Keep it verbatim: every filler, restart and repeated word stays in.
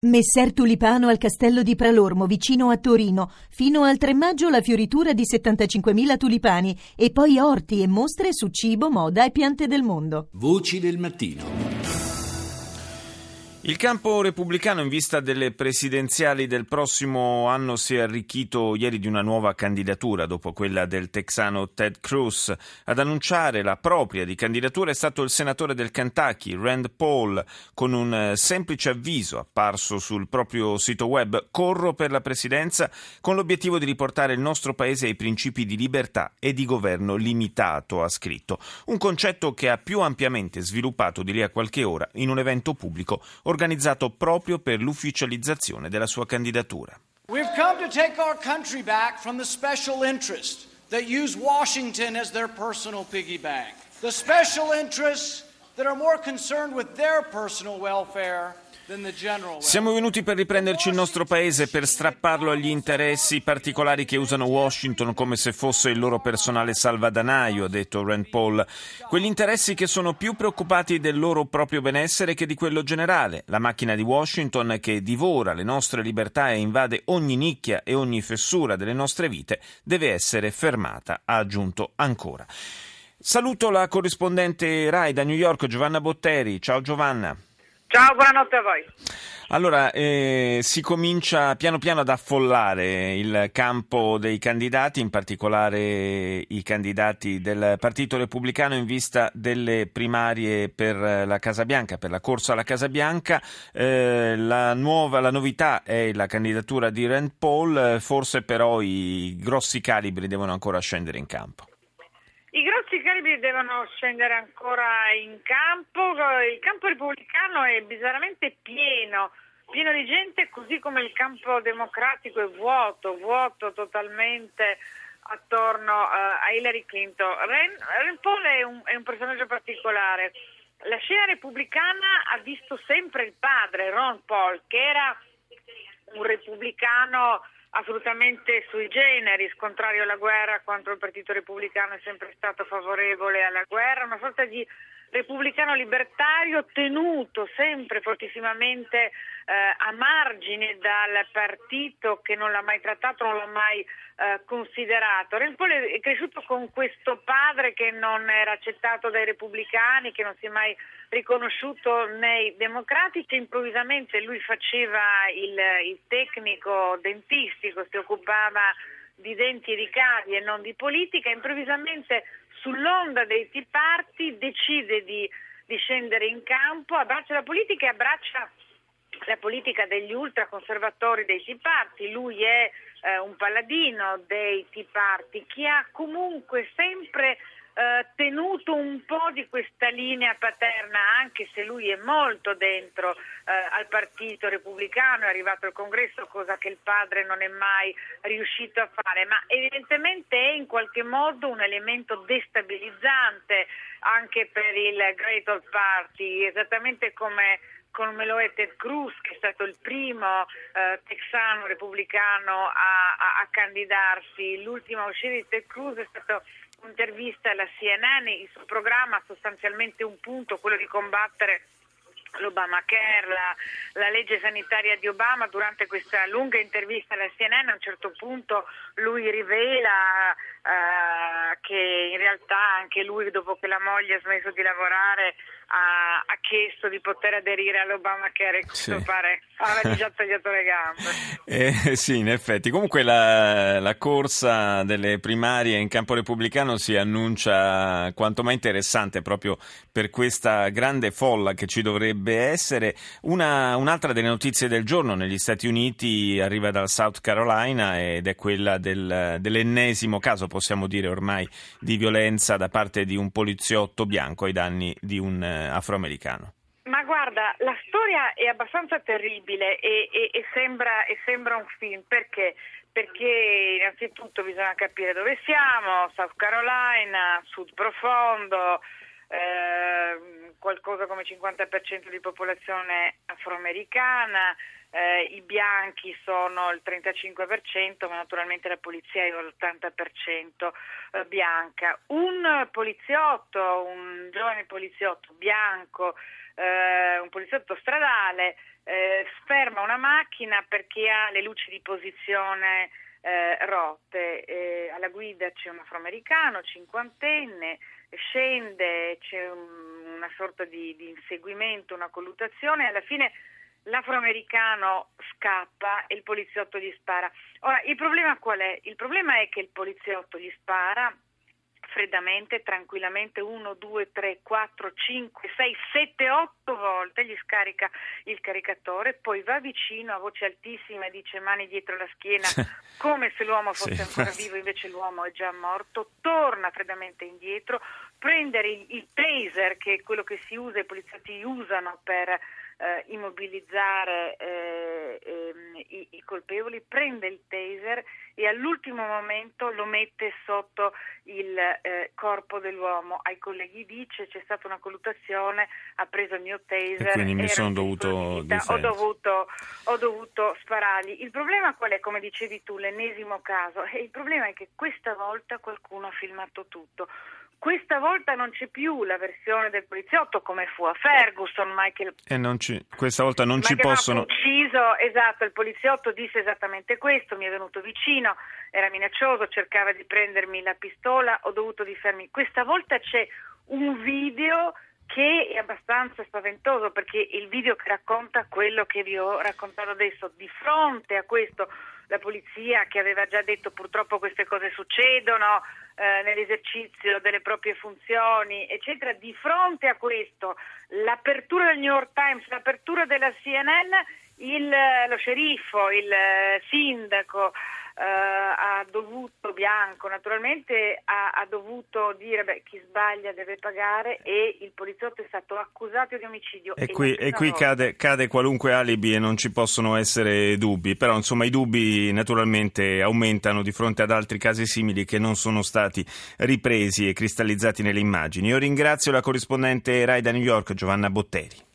Messer Tulipano al castello di Pralormo, vicino a Torino. Fino al tre maggio la fioritura di settantacinquemila tulipani e poi orti e mostre su cibo, moda e piante del mondo. Voci del mattino. Il campo repubblicano in vista delle presidenziali del prossimo anno si è arricchito ieri di una nuova candidatura dopo quella del texano Ted Cruz. Ad annunciare la propria di candidatura è stato il senatore del Kentucky, Rand Paul, con un semplice avviso apparso sul proprio sito web: corro per la presidenza con l'obiettivo di riportare il nostro paese ai principi di libertà e di governo limitato, ha scritto. Un concetto che ha più ampiamente sviluppato di lì a qualche ora in un evento pubblico organizzato proprio per l'ufficializzazione della sua candidatura. We've come to take our country back from the special interests that use Washington as their personal piggy bank. The special interests that are more concerned with their personal welfare. Siamo venuti per riprenderci il nostro paese, per strapparlo agli interessi particolari che usano Washington come se fosse il loro personale salvadanaio, ha detto Rand Paul. Quegli interessi che sono più preoccupati del loro proprio benessere che di quello generale. La macchina di Washington che divora le nostre libertà e invade ogni nicchia e ogni fessura delle nostre vite deve essere fermata, ha aggiunto ancora. Saluto la corrispondente Rai da New York, Giovanna Botteri. Ciao Giovanna. Ciao, buonanotte a voi. Allora, eh, si comincia piano piano ad affollare il campo dei candidati, in particolare i candidati del Partito Repubblicano in vista delle primarie per la Casa Bianca, per la corsa alla Casa Bianca. Eh, la nuova, la novità è la candidatura di Rand Paul, forse però i grossi calibri devono ancora scendere in campo. I grossi calibri devono scendere ancora in campo, il campo repubblicano è bizzarramente pieno, pieno di gente, così come il campo democratico è vuoto, vuoto totalmente attorno uh, a Hillary Clinton. Rand, Rand Paul è un, è un personaggio particolare. La scena repubblicana ha visto sempre il padre, Ron Paul, che era un repubblicano assolutamente sui generis, contrario alla guerra, contro il Partito Repubblicano è sempre stato favorevole alla guerra, una sorta di repubblicano libertario tenuto sempre fortissimamente eh, a margine dal partito che non l'ha mai trattato, non l'ha mai eh, considerato. Rand Paul è cresciuto con questo padre che non era accettato dai repubblicani, che non si è mai riconosciuto nei democratici, che improvvisamente lui faceva il, il tecnico dentistico, si occupava di denti e di carie e non di politica, improvvisamente sull'onda dei Tea Party decide di, di scendere in campo, abbraccia la politica e abbraccia la politica degli ultraconservatori dei Tea Party. Lui è eh, un paladino dei Tea Party che ha comunque sempre eh, tenuto un po' di questa linea paterna, anche se lui è molto dentro eh, al partito repubblicano, è arrivato al congresso, cosa che il padre non è mai riuscito a fare, ma evidentemente è in qualche modo un elemento destabilizzante anche per il Great Old Party, esattamente come come lo è Ted Cruz, che è stato il primo eh, texano repubblicano a, a, a candidarsi. L'ultima uscita di Ted Cruz è stata un'intervista alla C N N, il suo programma ha sostanzialmente un punto, quello di combattere l'Obamacare, la, la legge sanitaria di Obama. Durante questa lunga intervista alla C N N a un certo punto lui rivela uh, che in realtà anche lui, dopo che la moglie ha smesso di lavorare, ha, ha chiesto di poter aderire all'Obamacare e questo sì. Pare aveva già tagliato le gambe. Eh, sì, in effetti. Comunque la, la corsa delle primarie in campo repubblicano si annuncia quanto mai interessante proprio per questa grande folla che ci dovrebbe essere. Una, un'altra delle notizie del giorno negli Stati Uniti arriva dal South Carolina ed è quella del, dell'ennesimo caso, possiamo dire ormai, di violenza da parte di un poliziotto bianco ai danni di un uh, afroamericano. Ma guarda, la storia è abbastanza terribile e, e, e, sembra, e sembra un film, perché? Perché innanzitutto bisogna capire dove siamo, South Carolina, sud profondo, eh, qualcosa come cinquanta per cento di popolazione afroamericana, eh, i bianchi sono il trentacinque per cento, ma naturalmente la polizia è l'ottanta per cento eh, bianca. Un poliziotto, un giovane poliziotto bianco, eh, un poliziotto stradale, eh, ferma una macchina perché ha le luci di posizione eh, rotte. Eh, alla guida c'è un afroamericano cinquantenne, scende, c'è un, una sorta di, di inseguimento, una colluttazione, alla fine l'afroamericano scappa e il poliziotto gli spara. Ora, il problema qual è? Il problema è che il poliziotto gli spara freddamente, tranquillamente, uno, due, tre, quattro, cinque, sei, sette, otto volte, gli scarica il caricatore, poi va vicino a voce altissima e dice mani dietro la schiena come se l'uomo fosse sì, ancora vivo, invece l'uomo è già morto, torna freddamente indietro, prendere il, il taser, che è quello che si usa, i poliziotti usano per eh, immobilizzare eh, eh, i, i colpevoli, prende il taser e all'ultimo momento lo mette sotto il eh, corpo dell'uomo. Ai colleghi dice: c'è stata una colluttazione, ha preso il mio taser e quindi mi sono dovuto ho dovuto ho dovuto sparargli. Il problema qual è? Come dicevi tu, l'ennesimo caso, e il problema è che questa volta qualcuno ha filmato tutto. Questa volta non c'è più la versione del poliziotto come fu a Ferguson. Michael, e non ci, questa volta non Michael ci possono. Ucciso, esatto, il poliziotto disse esattamente questo: mi è venuto vicino, era minaccioso, cercava di prendermi la pistola, ho dovuto difendermi. Questa volta c'è un video che è abbastanza spaventoso, perché il video che racconta quello che vi ho raccontato adesso. Di fronte a questo la polizia, che aveva già detto purtroppo queste cose succedono eh, nell'esercizio delle proprie funzioni, eccetera, di fronte a questo l'apertura del New York Times, l'apertura della C N N, il, lo sceriffo, il sindaco Uh, ha dovuto, Bianco naturalmente, ha, ha dovuto dire beh, chi sbaglia deve pagare, e il poliziotto è stato accusato di omicidio. E, e qui, e qui cade, cade qualunque alibi e non ci possono essere dubbi, però insomma i dubbi naturalmente aumentano di fronte ad altri casi simili che non sono stati ripresi e cristallizzati nelle immagini. Io ringrazio la corrispondente Rai da New York, Giovanna Botteri.